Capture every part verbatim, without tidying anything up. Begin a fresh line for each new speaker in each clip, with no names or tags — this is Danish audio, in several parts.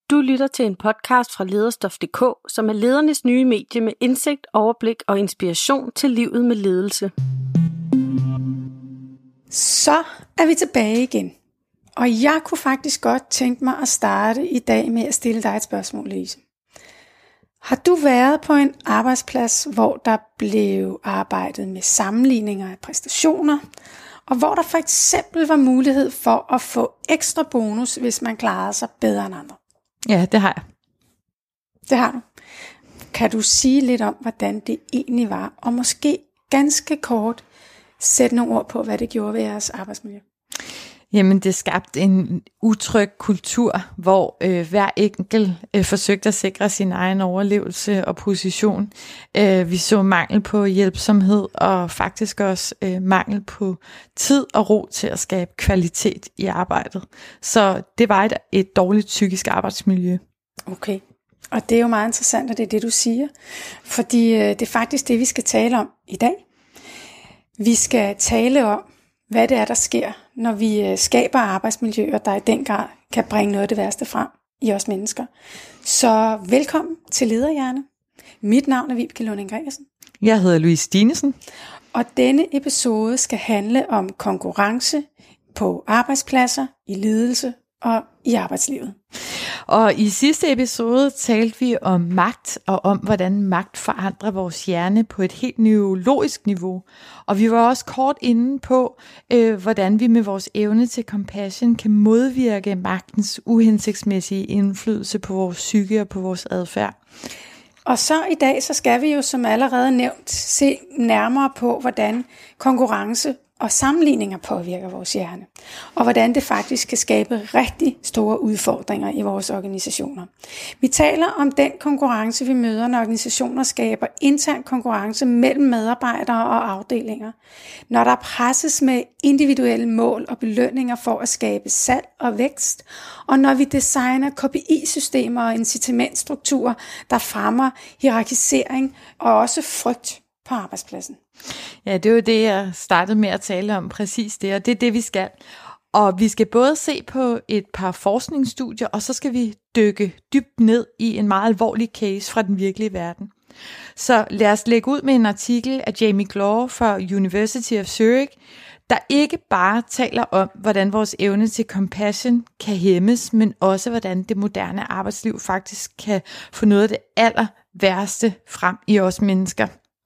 Du lytter til en podcast fra Lederstof punktum d k, som er ledernes nye medie med indsigt, overblik og inspiration til livet med ledelse.
Så er vi tilbage igen. Og jeg kunne faktisk godt tænke mig at starte i dag med at stille dig et spørgsmål, Lise. Har du været på en arbejdsplads, hvor der blev arbejdet med sammenligninger af præstationer, og hvor der for eksempel var mulighed for at få ekstra bonus, hvis man klarede sig bedre end andre?
Ja, det har jeg.
Det har du. Kan du sige lidt om, hvordan det egentlig var, og måske ganske kort sætte nogle ord på, hvad det gjorde ved jeres arbejdsmiljø?
Jamen, det skabte en utryg kultur, hvor øh, hver enkelt øh, forsøgte at sikre sin egen overlevelse og position. Øh, vi så mangel på hjælpsomhed og faktisk også øh, mangel på tid og ro til at skabe kvalitet i arbejdet. Så det var et, et dårligt psykisk arbejdsmiljø.
Okay, og det er jo meget interessant, at det er det, du siger. Fordi øh, det er faktisk det, vi skal tale om i dag. Vi skal tale om, hvad det er, der sker, når vi skaber arbejdsmiljøer, der i den grad kan bringe noget af det værste frem i os mennesker. Så velkommen til Lederhjerne. Mit navn er Vibeke Lunding Gregersen.
Jeg hedder Louise Stinesen.
Og denne episode skal handle om konkurrence på arbejdspladser, i ledelse og i arbejdslivet.
Og i sidste episode talte vi om magt, og om hvordan magt forandrer vores hjerne på et helt neurologisk niveau. Og vi var også kort inde på, øh, hvordan vi med vores evne til compassion kan modvirke magtens uhensigtsmæssige indflydelse på vores psyke og på vores adfærd.
Og så i dag, så skal vi jo som allerede nævnt se nærmere på, hvordan konkurrence og sammenligninger påvirker vores hjerne, og hvordan det faktisk kan skabe rigtig store udfordringer i vores organisationer. Vi taler om den konkurrence, vi møder, når organisationer skaber intern konkurrence mellem medarbejdere og afdelinger. Når der presses med individuelle mål og belønninger for at skabe salg og vækst, og når vi designer K P I-systemer og incitamentstrukturer, der fremmer hierarkisering og også frygt på arbejdspladsen.
Ja, det er jo det, jeg startede med at tale om, præcis det, og det er det, vi skal. Og vi skal både se på et par forskningsstudier, og så skal vi dykke dybt ned i en meget alvorlig case fra den virkelige verden. Så lad os lægge ud med en artikel af Jamie Glaw fra University of Zurich, der ikke bare taler om, hvordan vores evne til compassion kan hæmmes, men også hvordan det moderne arbejdsliv faktisk kan få noget af det aller værste frem i os mennesker.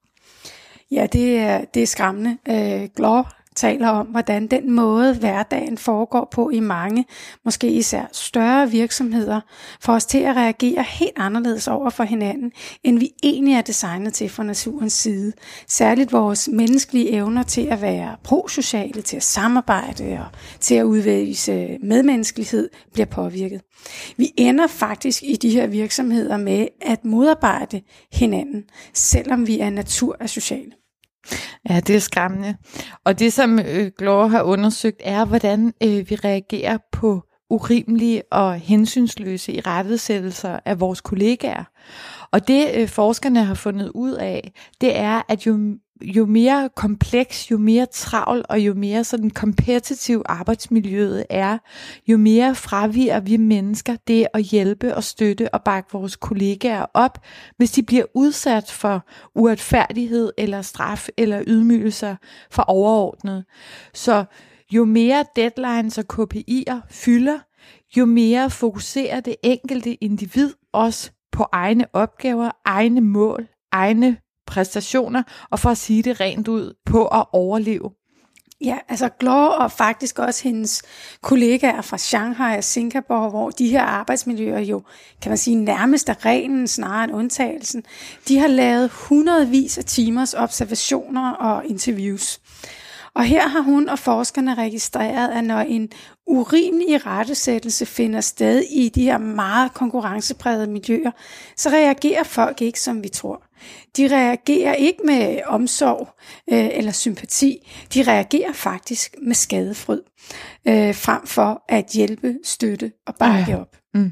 Ja, det er, det er skræmmende. Øh, Glaw taler om, hvordan den måde hverdagen foregår på i mange, måske især større virksomheder, får os til at reagere helt anderledes over for hinanden, end vi egentlig er designet til fra naturens side. Særligt vores menneskelige evner til at være prosociale, til at samarbejde og til at udvise medmenneskelighed bliver påvirket. Vi ender faktisk i de her virksomheder med at modarbejde hinanden, selvom vi af natur er sociale.
Ja, det er skræmmende. Og det, som øh, Glaw har undersøgt, er, hvordan øh, vi reagerer på urimelige og hensynsløse irettesættelser af vores kollegaer. Og det, øh, forskerne har fundet ud af, det er, at jo, jo mere kompleks, jo mere travl og jo mere sådan kompetitiv arbejdsmiljøet er, jo mere fraviger vi mennesker det at hjælpe og støtte og bakke vores kollegaer op, hvis de bliver udsat for uretfærdighed eller straf eller ydmygelser fra overordnet. Så jo mere deadlines og K P I'er fylder, jo mere fokuserer det enkelte individ også på egne opgaver, egne mål, egne præstationer, og for at sige det rent ud, på at overleve.
Ja, altså Glaw og faktisk også hendes kollegaer fra Shanghai og Singapore, hvor de her arbejdsmiljøer jo, kan man sige, nærmest er reglen snarere end undtagelsen, de har lavet hundredvis af timers observationer og interviews. Og her har hun og forskerne registreret, at når en urimelig irettesættelse finder sted i de her meget konkurrenceprægede miljøer, så reagerer folk ikke, som vi tror. De reagerer ikke med omsorg øh, eller sympati. De reagerer faktisk med skadefryd, øh, frem for at hjælpe, støtte og bakke ja. op.
Mm.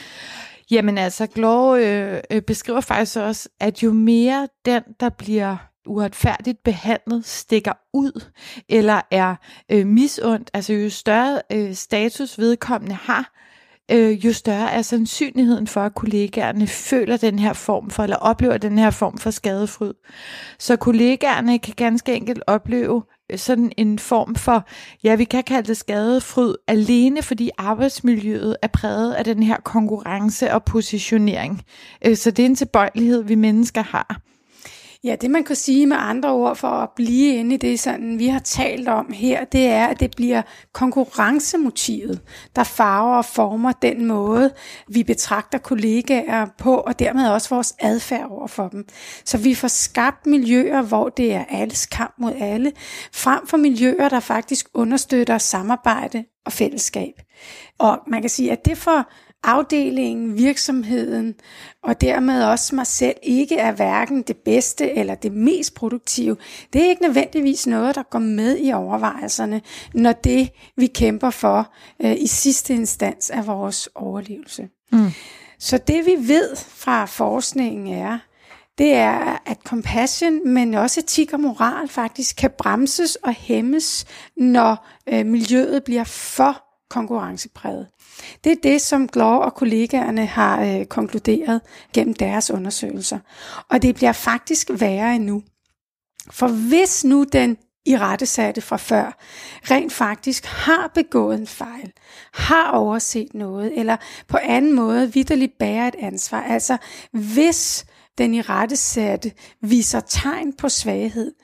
Jamen altså, Glaw øh, øh, beskriver faktisk også, at jo mere den, der bliver uretfærdigt behandlet, stikker ud eller er øh, misundt, altså jo større øh, status vedkommende har, øh, jo større er sandsynligheden for, at kollegaerne føler den her form for, eller oplever den her form for skadefryd. Så kollegaerne kan ganske enkelt opleve sådan en form for, ja, vi kan kalde det skadefryd, alene fordi arbejdsmiljøet er præget af den her konkurrence og positionering. Så det er en tilbøjelighed, vi mennesker har.
Ja, det man kan sige med andre ord for at blive inde i det, sådan vi har talt om her, det er, at det bliver konkurrencemotivet, der farver og former den måde, vi betragter kollegaer på, og dermed også vores adfærd over for dem. Så vi får skabt miljøer, hvor det er alles kamp mod alle, frem for miljøer, der faktisk understøtter samarbejde og fællesskab. Og man kan sige, at det får afdelingen, virksomheden og dermed også mig selv ikke er hverken det bedste eller det mest produktive. Det er ikke nødvendigvis noget, der går med i overvejelserne, når det vi kæmper for øh, i sidste instans er vores overlevelse. Mm. Så det vi ved fra forskningen er, det er, at compassion, men også etik og moral faktisk kan bremses og hæmmes, når øh, miljøet bliver for konkurrencepræget. Det er det, som Glore og kollegaerne har øh, konkluderet gennem deres undersøgelser. Og det bliver faktisk værre endnu. For hvis nu den irettesatte fra før rent faktisk har begået en fejl, har overset noget, eller på anden måde vitterligt bærer et ansvar, altså hvis den irettesatte viser tegn på svaghed,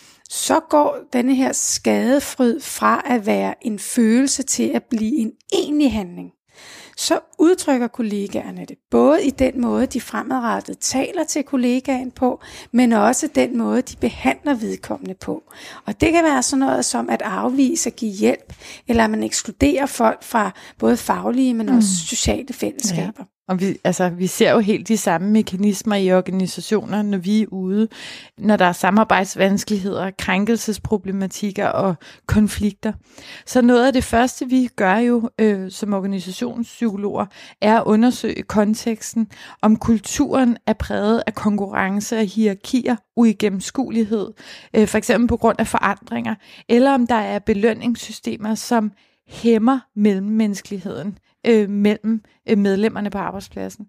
så går denne her skadefryd fra at være en følelse til at blive en egentlig handling. Så udtrykker kollegaerne det, både i den måde, de fremadrettet taler til kollegaen på, men også den måde, de behandler vedkommende på. Og det kan være sådan noget som at afvise at give hjælp, eller at man ekskluderer folk fra både faglige, men også mm. sociale fællesskaber. Ja.
Og vi, altså, vi ser jo helt de samme mekanismer i organisationer, når vi er ude, når der er samarbejdsvanskeligheder, krænkelsesproblematikker og konflikter. Så noget af det første, vi gør jo øh, som organisationspsykologer, er at undersøge konteksten, om kulturen er præget af konkurrence og hierarkier, uigennemskuelighed, øh, for eksempel på grund af forandringer, eller om der er belønningssystemer, som hæmmer mellemmenneskeligheden øh, mellem øh, medlemmerne på arbejdspladsen.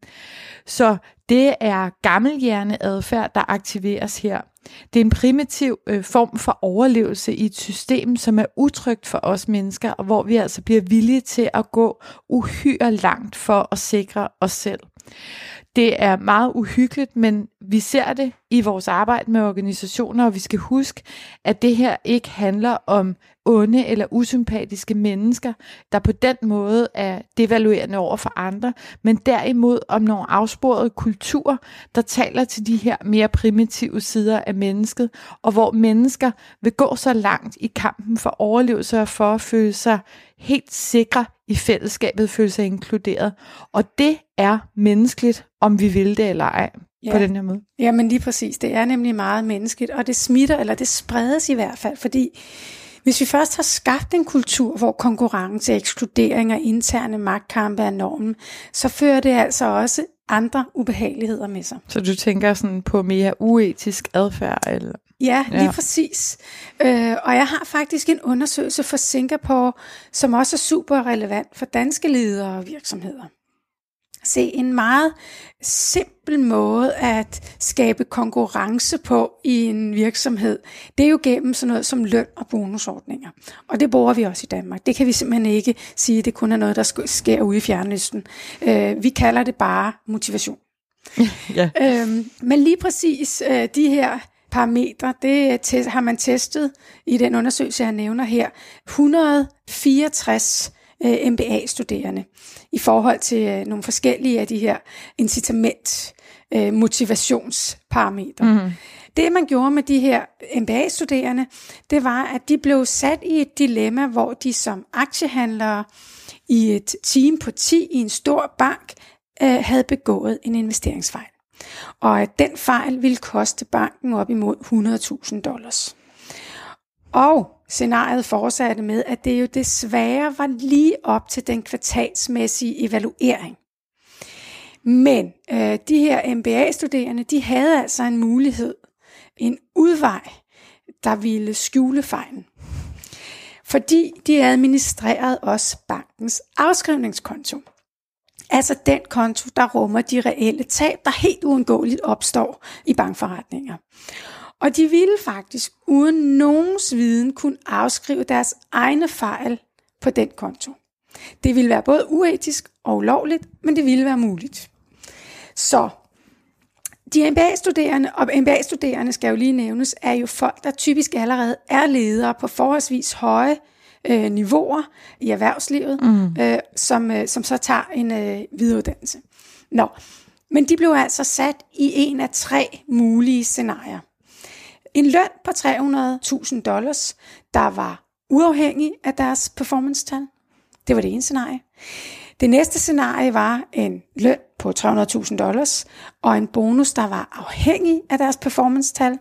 Så det er gammelhjerneadfærd, der aktiveres her. Det er en primitiv øh, form for overlevelse i et system, som er utrygt for os mennesker, og hvor vi altså bliver villige til at gå uhyre langt for at sikre os selv. Det er meget uhyggeligt, men vi ser det i vores arbejde med organisationer, og vi skal huske, at det her ikke handler om onde eller usympatiske mennesker, der på den måde er devaluerende over for andre, men derimod om nogle afsporede kulturer, der taler til de her mere primitive sider af mennesket, og hvor mennesker vil gå så langt i kampen for overlevelse og for at føle sig helt sikre i fællesskabet, føle sig inkluderet. Og det er menneskeligt, om vi vil det eller ej. Ja. På den her måde.
Ja, men lige præcis. Det er nemlig meget menneskeligt, og det smitter, eller det spredes i hvert fald, fordi hvis vi først har skabt en kultur, hvor konkurrence, ekskludering og interne magtkampe er normen, så fører det altså også andre ubehageligheder med sig.
Så du tænker sådan på mere uetisk adfærd? Eller?
Ja, lige ja. præcis. Øh, og jeg har faktisk en undersøgelse for Singapore, som også er super relevant for danske ledere og virksomheder. Se, en meget simpel måde at skabe konkurrence på i en virksomhed, det er jo gennem sådan noget som løn og bonusordninger. Og det bruger vi også i Danmark. Det kan vi simpelthen ikke sige, at det kun er noget, der sker ude i Fjernøsten. Øh, vi kalder det bare motivation. Ja. øhm, men lige præcis øh, de her parametre, det te- har man testet i den undersøgelse, jeg nævner her. et hundrede og fireogtres M B A-studerende i forhold til nogle forskellige af de her incitament, motivationsparametre. Mm-hmm. Det man gjorde med de her M B A-studerende, det var, at de blev sat i et dilemma, hvor de som aktiehandlere i et team på ti i en stor bank havde begået en investeringsfejl. Og at den fejl ville koste banken op imod hundrede tusind dollars. Og scenariet fortsatte med, at det jo desværre var lige op til den kvartalsmæssige evaluering. Men øh, de her M B A-studerende, de havde altså en mulighed, en udvej, der ville skjule fejlen. Fordi de administrerede også bankens afskrivningskonto. Altså den konto, der rummer de reelle tab, der helt uundgåeligt opstår i bankforretninger. Og de ville faktisk uden nogens viden kunne afskrive deres egne fejl på den konto. Det ville være både uetisk og ulovligt, men det ville være muligt. Så de M B A-studerende, og M B A-studerende skal jo lige nævnes, er jo folk, der typisk allerede er ledere på forholdsvis høje øh, niveauer i erhvervslivet, mm. øh, som, øh, som så tager en øh, videreuddannelse. Nå, men de blev altså sat i en af tre mulige scenarier. En løn på tre hundrede tusind dollars, der var uafhængig af deres performance-tal. Det var det ene scenarie. Det næste scenarie var en løn på tre hundrede tusind dollars, og en bonus, der var afhængig af deres performance-tal.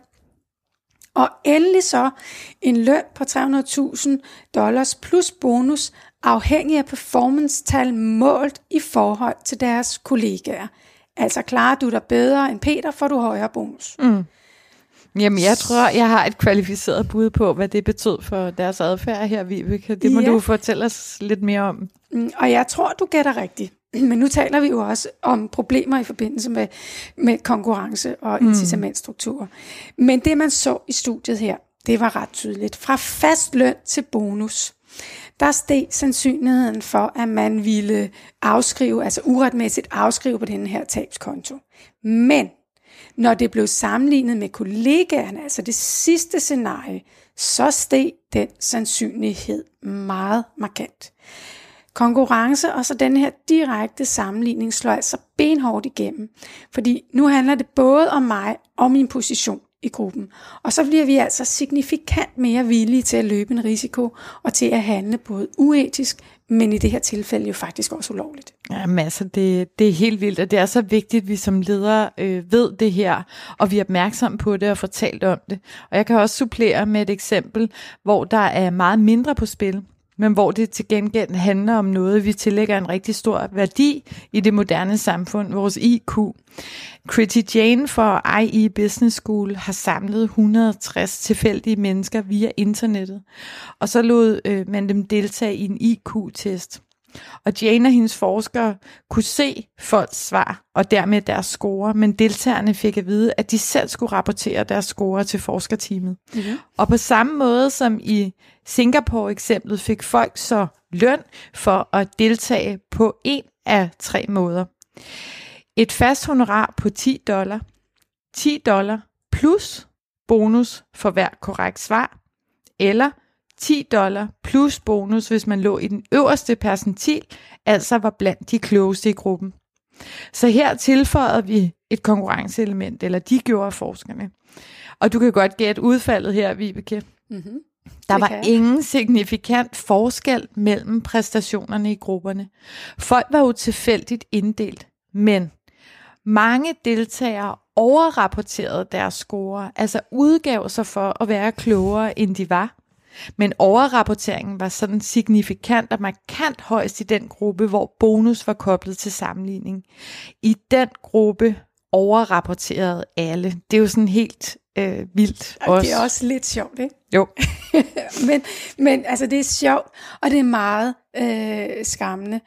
Og endelig så en løn på tre hundrede tusind dollars plus bonus, afhængig af performance-tal målt i forhold til deres kollegaer. Altså klarer du dig bedre end Peter, får du højere bonus. Mm.
Jamen, jeg tror, jeg har et kvalificeret bud på, hvad det betød for deres adfærd her, Vibeke. Det må ja. du fortælle os lidt mere om.
Og jeg tror, du gætter rigtigt. Men nu taler vi jo også om problemer i forbindelse med, med konkurrence og incitamentstrukturer. Mm. Men det, man så i studiet her, det var ret tydeligt. Fra fast løn til bonus, der steg sandsynligheden for, at man ville afskrive, altså uretmæssigt afskrive på denne her tabskonto. Men når det blev sammenlignet med kollegaerne, altså det sidste scenarie, så steg den sandsynlighed meget markant. Konkurrence og så den her direkte sammenligning slår altså benhårdt igennem, fordi nu handler det både om mig og min position i gruppen, og så bliver vi altså signifikant mere villige til at løbe en risiko og til at handle både uetisk, men i det her tilfælde jo faktisk også ulovligt.
Jamen altså, det, det er helt vildt, og det er så vigtigt, at vi som ledere øh, ved det her, og vi er opmærksomme på det og får talt om det. Og jeg kan også supplere med et eksempel, hvor der er meget mindre på spil, men hvor det til gengæld handler om noget, vi tillægger en rigtig stor værdi i det moderne samfund, vores I Q. Kriti Jain for I E Business School har samlet et hundrede og tres tilfældige mennesker via internettet, og så lod øh, man dem deltage i en I Q-test. Og Jane og hendes forskere kunne se folks svar og dermed deres score, men deltagerne fik at vide, at de selv skulle rapportere deres score til forskerteamet. Mm-hmm. Og på samme måde som i Singapore-eksemplet fik folk så løn for at deltage på en af tre måder. Et fast honorar på ti dollar, ti dollar plus bonus for hver korrekt svar, eller ti dollar plus bonus, hvis man lå i den øverste percentil, altså var blandt de klogeste i gruppen. Så her tilføjede vi et konkurrenceelement, eller de gjorde forskerne. Og du kan godt gætte udfaldet her, Vibeke. Mm-hmm. Der var ingen signifikant forskel mellem præstationerne i grupperne. Folk var jo tilfældigt inddelt, men mange deltagere overrapporterede deres score, altså udgav sig for at være klogere, end de var. Men overrapporteringen var sådan signifikant og markant højst i den gruppe, hvor bonus var koblet til sammenligning. I den gruppe overrapporterede alle. Det er jo sådan helt øh, vildt.
Og også. Det er også lidt sjovt, ikke?
Jo.
men, men altså det er sjovt, og det er meget øh, skræmmende.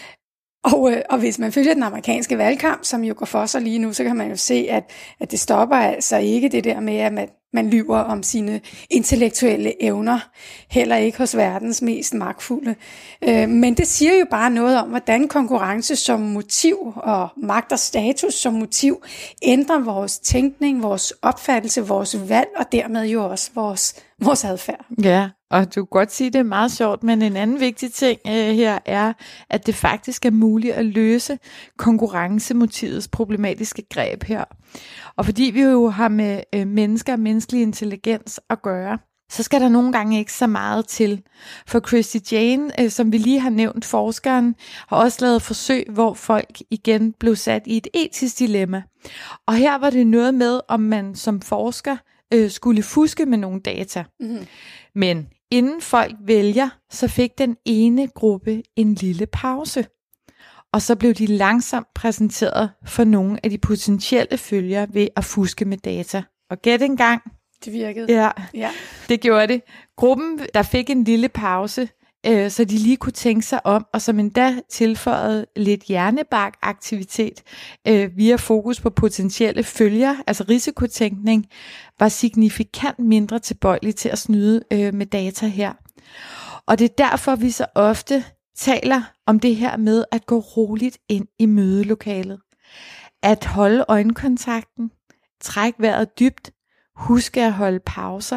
Og, øh, og hvis man følger den amerikanske valgkamp, som jo går for sig lige nu, så kan man jo se, at, at det stopper altså ikke det der med, at man, man lyver om sine intellektuelle evner, heller ikke hos verdens mest magtfulde. Øh, men det siger jo bare noget om, hvordan konkurrence som motiv og magt og status som motiv ændrer vores tænkning, vores opfattelse, vores valg og dermed jo også vores, vores adfærd.
Ja. Og du kan godt sige, at det er meget sjovt, men en anden vigtig ting øh, her er, at det faktisk er muligt at løse konkurrencemotivets problematiske greb her. Og fordi vi jo har med øh, mennesker og menneskelig intelligens at gøre, så skal der nogle gange ikke så meget til. For Kriti Jain, øh, som vi lige har nævnt, forskeren, har også lavet forsøg, hvor folk igen blev sat i et etisk dilemma. Og her var det noget med, om man som forsker øh, skulle fuske med nogle data. Mm-hmm. Men inden folk vælger, så fik den ene gruppe en lille pause. Og så blev de langsomt præsenteret for nogle af de potentielle følgere ved at fuske med data. Og gæt en gang.
Det virkede.
Ja,
ja,
det gjorde det. Gruppen, der fik en lille pause, øh, så de lige kunne tænke sig om, og som endda tilføjede lidt hjernebarkaktivitet øh, via fokus på potentielle følger, altså risikotænkning, var signifikant mindre tilbøjelig til at snyde øh, med data her. Og det er derfor, vi så ofte taler om det her med at gå roligt ind i mødelokalet. At holde øjenkontakten, trække vejret dybt, huske at holde pauser.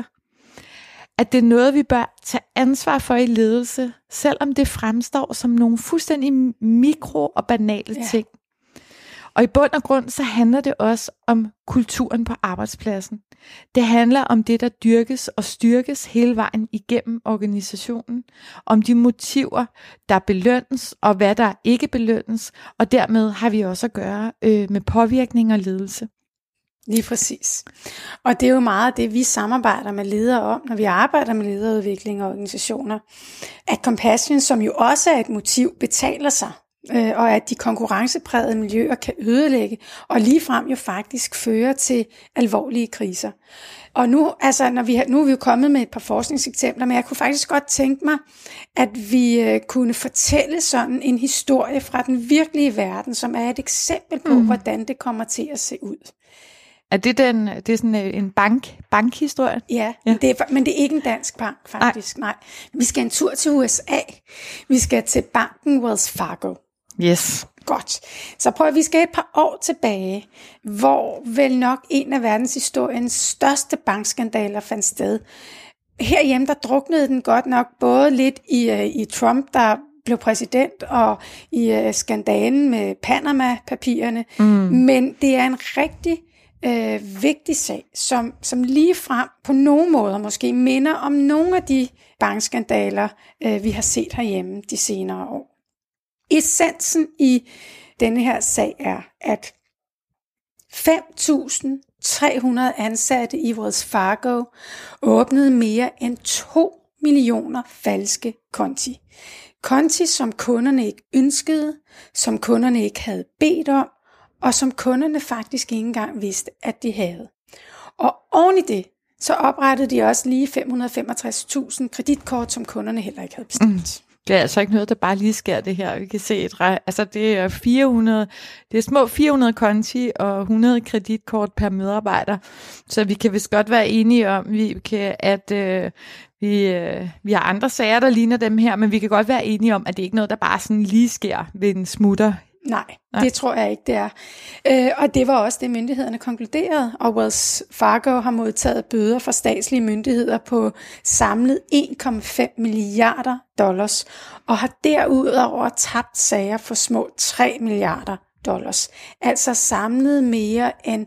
At det er noget, vi bør tage ansvar for i ledelse, selvom det fremstår som nogle fuldstændig mikro- og banale ja. ting. Og i bund og grund, så handler det også om kulturen på arbejdspladsen. Det handler om det, der dyrkes og styrkes hele vejen igennem organisationen. Om de motiver, der belønnes, og hvad der ikke belønnes. Og dermed har vi også at gøre øh, med påvirkning og ledelse.
Lige præcis. Og det er jo meget det, vi samarbejder med ledere om, når vi arbejder med lederudvikling og organisationer. At compassion, som jo også er et motiv, betaler sig. Og at de konkurrenceprægede miljøer kan ødelægge, og ligefrem jo faktisk føre til alvorlige kriser. Og nu, altså, når vi, nu er vi jo kommet med et par forskningseksempler, men jeg kunne faktisk godt tænke mig, at vi øh, kunne fortælle sådan en historie fra den virkelige verden, som er et eksempel på, mm. hvordan det kommer til at se ud.
Er det, den, det er sådan en bank, bankhistorie?
Ja, ja. Det er, men det er ikke en dansk bank faktisk, nej. nej. Vi skal en tur til U S A. Vi skal til banken Wells Fargo.
Yes.
Godt. Så prøv at vi skal et par år tilbage, hvor vel nok en af verdenshistoriens største bankskandaler fandt sted. Herhjemme der druknede den godt nok både lidt i, uh, i Trump, der blev præsident, og i uh, skandalen med Panama-papirerne. Mm. Men det er en rigtig uh, vigtig sag, som, som lige frem på nogle måder måske minder om nogle af de bankskandaler, uh, vi har set herhjemme de senere år. Essensen i denne her sag er, at fem tusind tre hundrede ansatte i Wells Fargo åbnede mere end to millioner falske konti. Konti, som kunderne ikke ønskede, som kunderne ikke havde bedt om, og som kunderne faktisk ikke engang vidste, at de havde. Og oven i det, så oprettede de også lige fem hundrede og femogtres tusind kreditkort, som kunderne heller ikke havde bestilt. Mm.
Det er altså ikke noget, der bare lige sker det her. Vi kan se, et, altså det er fire hundrede, det er små fire hundrede konti og hundrede kreditkort per medarbejder. Så vi kan vist godt være enige om, vi kan, at øh, vi, øh, vi har andre sager, der ligner dem her, men vi kan godt være enige om, at det ikke er noget, der bare sådan lige sker ved en smutter.
Nej, Nej, det tror jeg ikke, det er. Øh, og det var også det, myndighederne konkluderede, og Wells Fargo har modtaget bøder fra statslige myndigheder på samlet en komma fem milliarder dollars, og har derudover tabt sager for små tre milliarder dollars. Altså samlet mere end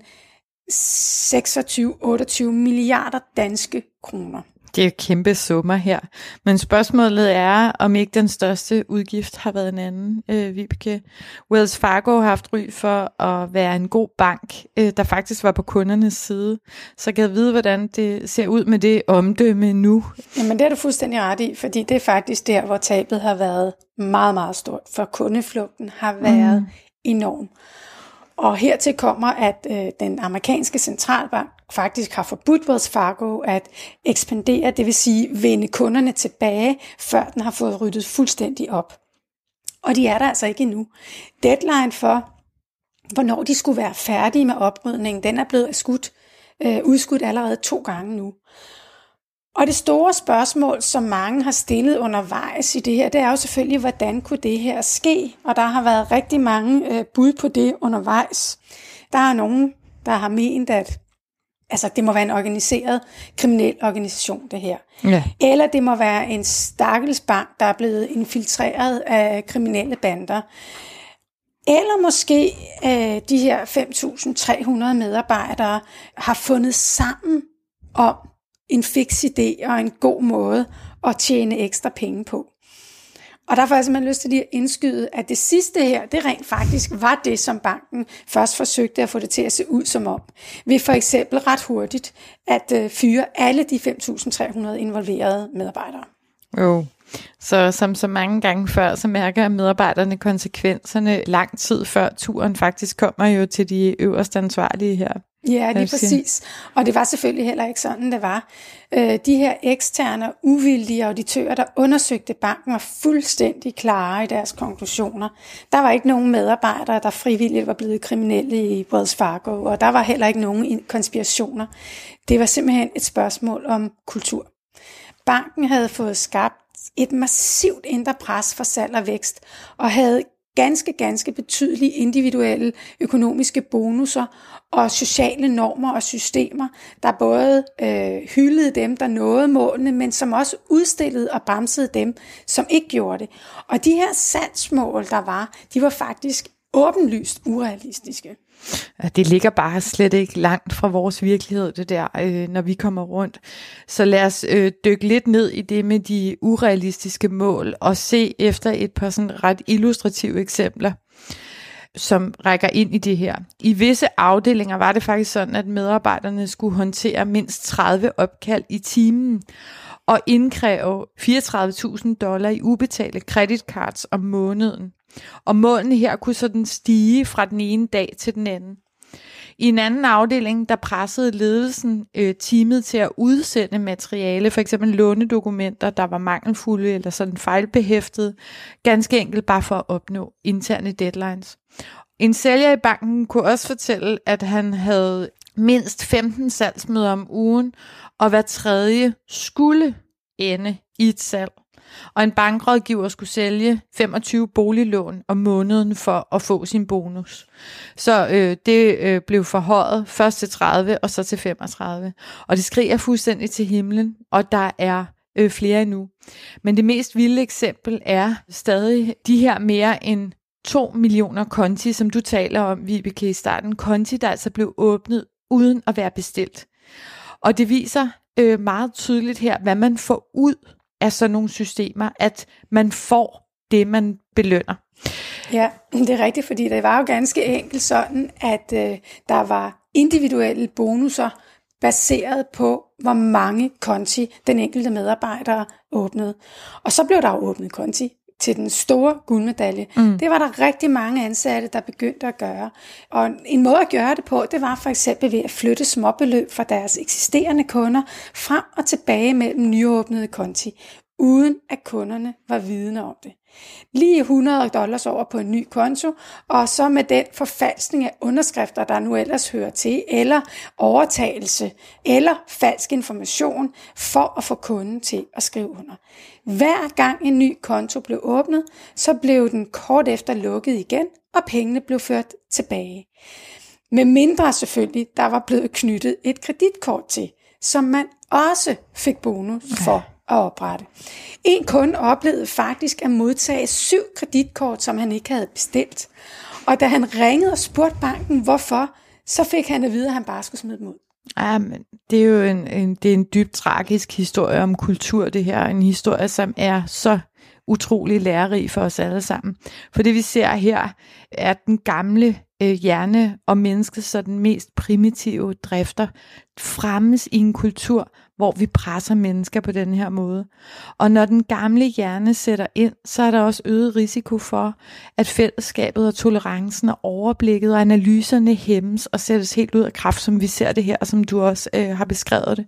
seksogtyve til otteogtyve milliarder danske kroner.
Det er kæmpe summer her. Men spørgsmålet er, om ikke den største udgift har været en anden, øh, Vibeke. Wells Fargo har haft ry for at være en god bank, øh, der faktisk var på kundernes side. Så kan jeg vide, hvordan det ser ud med det omdømme nu.
Jamen det er du fuldstændig ret i, fordi det er faktisk der, hvor tabet har været meget, meget stort. For kundeflugten har været mm. enorm. Og hertil kommer, at øh, den amerikanske centralbank faktisk har forbudt Wells Fargo at ekspandere, det vil sige vende kunderne tilbage, før den har fået ryddet fuldstændig op. Og de er der altså ikke endnu. Deadline for, hvornår de skulle være færdige med oprydningen, den er blevet skudt, øh, udskudt allerede to gange nu. Og det store spørgsmål, som mange har stillet undervejs i det her, det er jo selvfølgelig, hvordan kunne det her ske? Og der har været rigtig mange øh, bud på det undervejs. Der er nogen, der har ment, at altså, det må være en organiseret kriminel organisation, det her. Ja. Eller det må være en stakkels bank, der er blevet infiltreret af kriminelle bander. Eller måske øh, de her fem tusind tre hundrede medarbejdere har fundet sammen om en fiks idé og en god måde at tjene ekstra penge på. Og derfor har jeg simpelthen lyst til lige at indskyde, at det sidste her, det rent faktisk var det, som banken først forsøgte at få det til at se ud som om. Ved for eksempel ret hurtigt at øh, fyre alle de fem tusind tre hundrede involverede medarbejdere.
Jo, så som så mange gange før, så mærker medarbejderne konsekvenserne lang tid før turen faktisk kommer jo til de øverste ansvarlige her.
Ja, lige præcis. Og det var selvfølgelig heller ikke sådan, det var. Øh, de her eksterne, uvildige auditører, der undersøgte banken, var fuldstændig klare i deres konklusioner. Der var ikke nogen medarbejdere, der frivilligt var blevet kriminelle i Wells Fargo, og der var heller ikke nogen konspirationer. Det var simpelthen et spørgsmål om kultur. Banken havde fået skabt et massivt indre pres for salg og vækst, og havde ganske, ganske betydelige individuelle økonomiske bonusser og sociale normer og systemer, der både øh, hyldede dem, der nåede målene, men som også udstillede og bremsede dem, som ikke gjorde det. Og de her salgsmål, der var, de var faktisk åbenlyst urealistiske.
Det ligger bare slet ikke langt fra vores virkelighed, det der, øh, når vi kommer rundt. Så lad os øh, dykke lidt ned i det med de urealistiske mål, og se efter et par sådan ret illustrative eksempler, som rækker ind i det her. I visse afdelinger var det faktisk sådan, at medarbejderne skulle håndtere mindst tredive opkald i timen, og indkræve fireogtredive tusind dollar i ubetalte creditcards om måneden. Og målene her kunne sådan stige fra den ene dag til den anden. I en anden afdeling, der pressede ledelsen øh, teamet til at udsende materiale, for eksempel lånedokumenter, der var mangelfulde eller sådan fejlbehæftede, ganske enkelt bare for at opnå interne deadlines. En sælger i banken kunne også fortælle, at han havde mindst femten salgsmøder om ugen, og hver tredje skulle ende i et salg. Og en bankrådgiver skulle sælge femogtyve boliglån om måneden for at få sin bonus. Så øh, det øh, blev forhøjet først til tredive og så til femogtredive. Og det skriger fuldstændig til himlen, og der er øh, flere endnu. Men det mest vilde eksempel er stadig de her mere end to millioner konti, som du taler om, Vibeke, i starten. Konti, der altså blev åbnet uden at være bestilt. Og det viser øh, meget tydeligt her, hvad man får ud af sådan nogle systemer, at man får det, man belønner.
Ja, det er rigtigt, fordi det var jo ganske enkelt sådan, at øh, der var individuelle bonusser baseret på, hvor mange konti den enkelte medarbejder åbnede. Og så blev der jo åbnet konti til den store guldmedalje. Mm. Det var der rigtig mange ansatte, der begyndte at gøre. Og en måde at gøre det på, det var for eksempel ved at flytte småbeløb fra deres eksisterende kunder frem og tilbage mellem nyåbnede konti, uden at kunderne var vidne om det. Lige hundrede dollars over på en ny konto, og så med den forfalskning af underskrifter, der nu ellers hører til, eller overtagelse, eller falsk information, for at få kunden til at skrive under. Hver gang en ny konto blev åbnet, så blev den kort efter lukket igen, og pengene blev ført tilbage. Med mindre selvfølgelig, der var blevet knyttet et kreditkort til, som man også fik bonus for at oprette. En kunde oplevede faktisk at modtage syv kreditkort, som han ikke havde bestilt. Og da han ringede og spurgte banken, hvorfor, så fik han at vide, at han bare skulle smide dem ud.
Ja, men det er jo en, en, det er en dybt tragisk historie om kultur, det her. En historie, som er så utrolig lærerig for os alle sammen. For det vi ser her, er den gamle øh, hjerne og menneskets sådan mest primitive drifter fremmes i en kultur, hvor vi presser mennesker på den her måde. Og når den gamle hjerne sætter ind, så er der også øget risiko for, at fællesskabet og tolerancen og overblikket og analyserne hæmmes og sættes helt ud af kraft, som vi ser det her, som du også øh, har beskrevet det.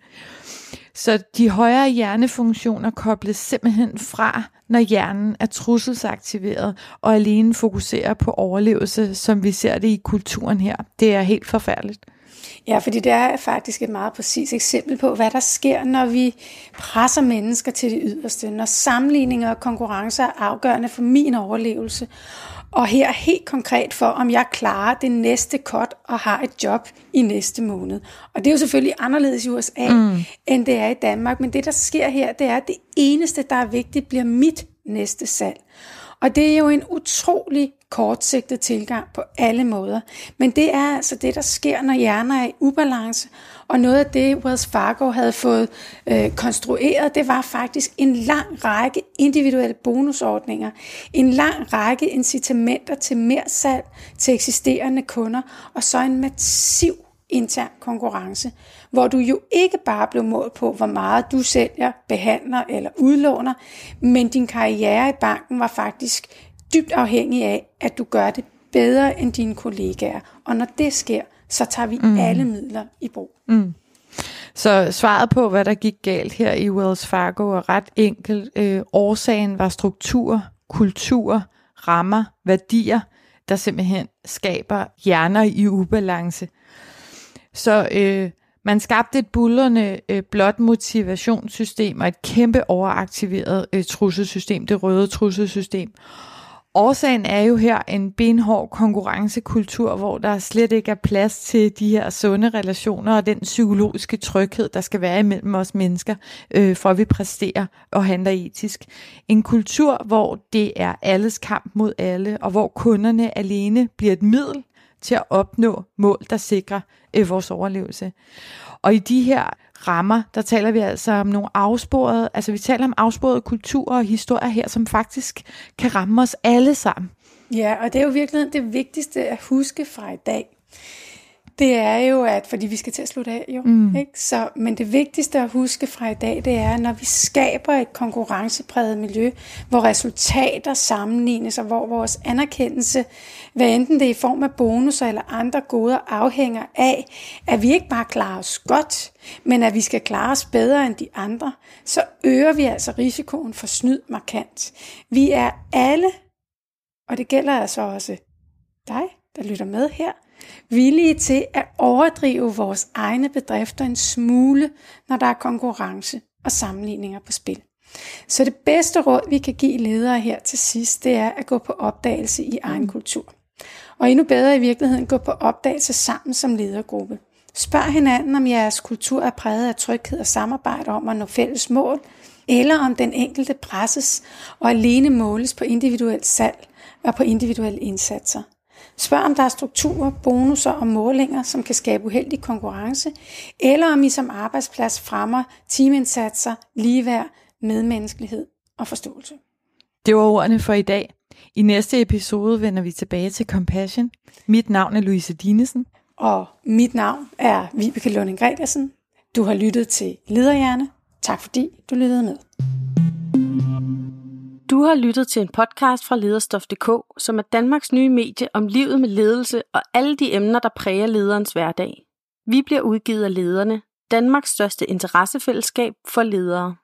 Så de højere hjernefunktioner kobles simpelthen fra, når hjernen er trusselsaktiveret og alene fokuserer på overlevelse, som vi ser det i kulturen her. Det er helt forfærdeligt.
Ja, fordi det er faktisk et meget præcist eksempel på, hvad der sker, når vi presser mennesker til det yderste, når sammenligninger og konkurrencer er afgørende for min overlevelse. Og her helt konkret for, om jeg klarer det næste cut og har et job i næste måned. Og det er jo selvfølgelig anderledes i U S A, mm. end det er i Danmark. Men det, der sker her, det er, at det eneste, der er vigtigt, bliver mit næste salg. Og det er jo en utrolig kortsigtet tilgang på alle måder. Men det er altså det, der sker, når hjerner er i ubalance. Og noget af det, Wells Fargo havde fået øh, konstrueret, det var faktisk en lang række individuelle bonusordninger. En lang række incitamenter til mere salg til eksisterende kunder. Og så en massiv intern konkurrence, hvor du jo ikke bare blev målt på, hvor meget du sælger, behandler eller udlåner, men din karriere i banken var faktisk dybt afhængig af, at du gør det bedre end dine kollegaer. Og når det sker, så tager vi mm. alle midler i brug.
Mm. Så svaret på, hvad der gik galt her i Wells Fargo, er ret enkelt. Øh, årsagen var struktur, kultur, rammer, værdier, der simpelthen skaber hjerner i ubalance. Så øh, man skabte et buldrende øh, blåt motivationssystem og et kæmpe overaktiveret øh, trusselsystem, det røde trusselsystem. Årsagen er jo her en benhård konkurrencekultur, hvor der slet ikke er plads til de her sunde relationer og den psykologiske tryghed, der skal være imellem os mennesker, øh, for at vi præsterer og handler etisk. En kultur, hvor det er alles kamp mod alle, og hvor kunderne alene bliver et middel til at opnå mål, der sikrer øh, vores overlevelse. Og i de her rammer, der taler vi altså om nogle afsporede, altså vi taler om afsporede kulturer og historier her, som faktisk kan ramme os alle sammen.
Ja, og det er jo virkelig det vigtigste at huske fra i dag. Det er jo, at, fordi vi skal til at slutte af jo, mm. ikke? Så, men det vigtigste at huske fra i dag, det er, når vi skaber et konkurrencepræget miljø, hvor resultater sammenlignes, og hvor vores anerkendelse, hvad enten det er i form af bonusser eller andre goder, afhænger af, at vi ikke bare klarer os godt, men at vi skal klare os bedre end de andre, så øger vi altså risikoen for snyd markant. Vi er alle, og det gælder altså også dig, der lytter med her, villige til at overdrive vores egne bedrifter en smule, når der er konkurrence og sammenligninger på spil. Så det bedste råd, vi kan give ledere her til sidst, det er at gå på opdagelse i egen kultur. Og endnu bedre i virkeligheden, gå på opdagelse sammen som ledergruppe. Spørg hinanden, om jeres kultur er præget af tryghed og samarbejde om at nå fælles mål, eller om den enkelte presses og alene måles på individuelt salg og på individuelle indsatser. Spørg, om der er strukturer, bonusser og målinger, som kan skabe uheldig konkurrence, eller om I som arbejdsplads fremmer teamindsatser, ligeværd, medmenneskelighed og forståelse.
Det var ordene for i dag. I næste episode vender vi tilbage til Compassion. Mit navn er Louise Dinesen.
Og mit navn er Vibeke Lunding Gregersen. Du har lyttet til Lederhjerne. Tak fordi du lyttede med.
Du har lyttet til en podcast fra Lederstof punktum d k, som er Danmarks nye medie om livet med ledelse og alle de emner, der præger lederens hverdag. Vi bliver udgivet af Lederne, Danmarks største interessefællesskab for ledere.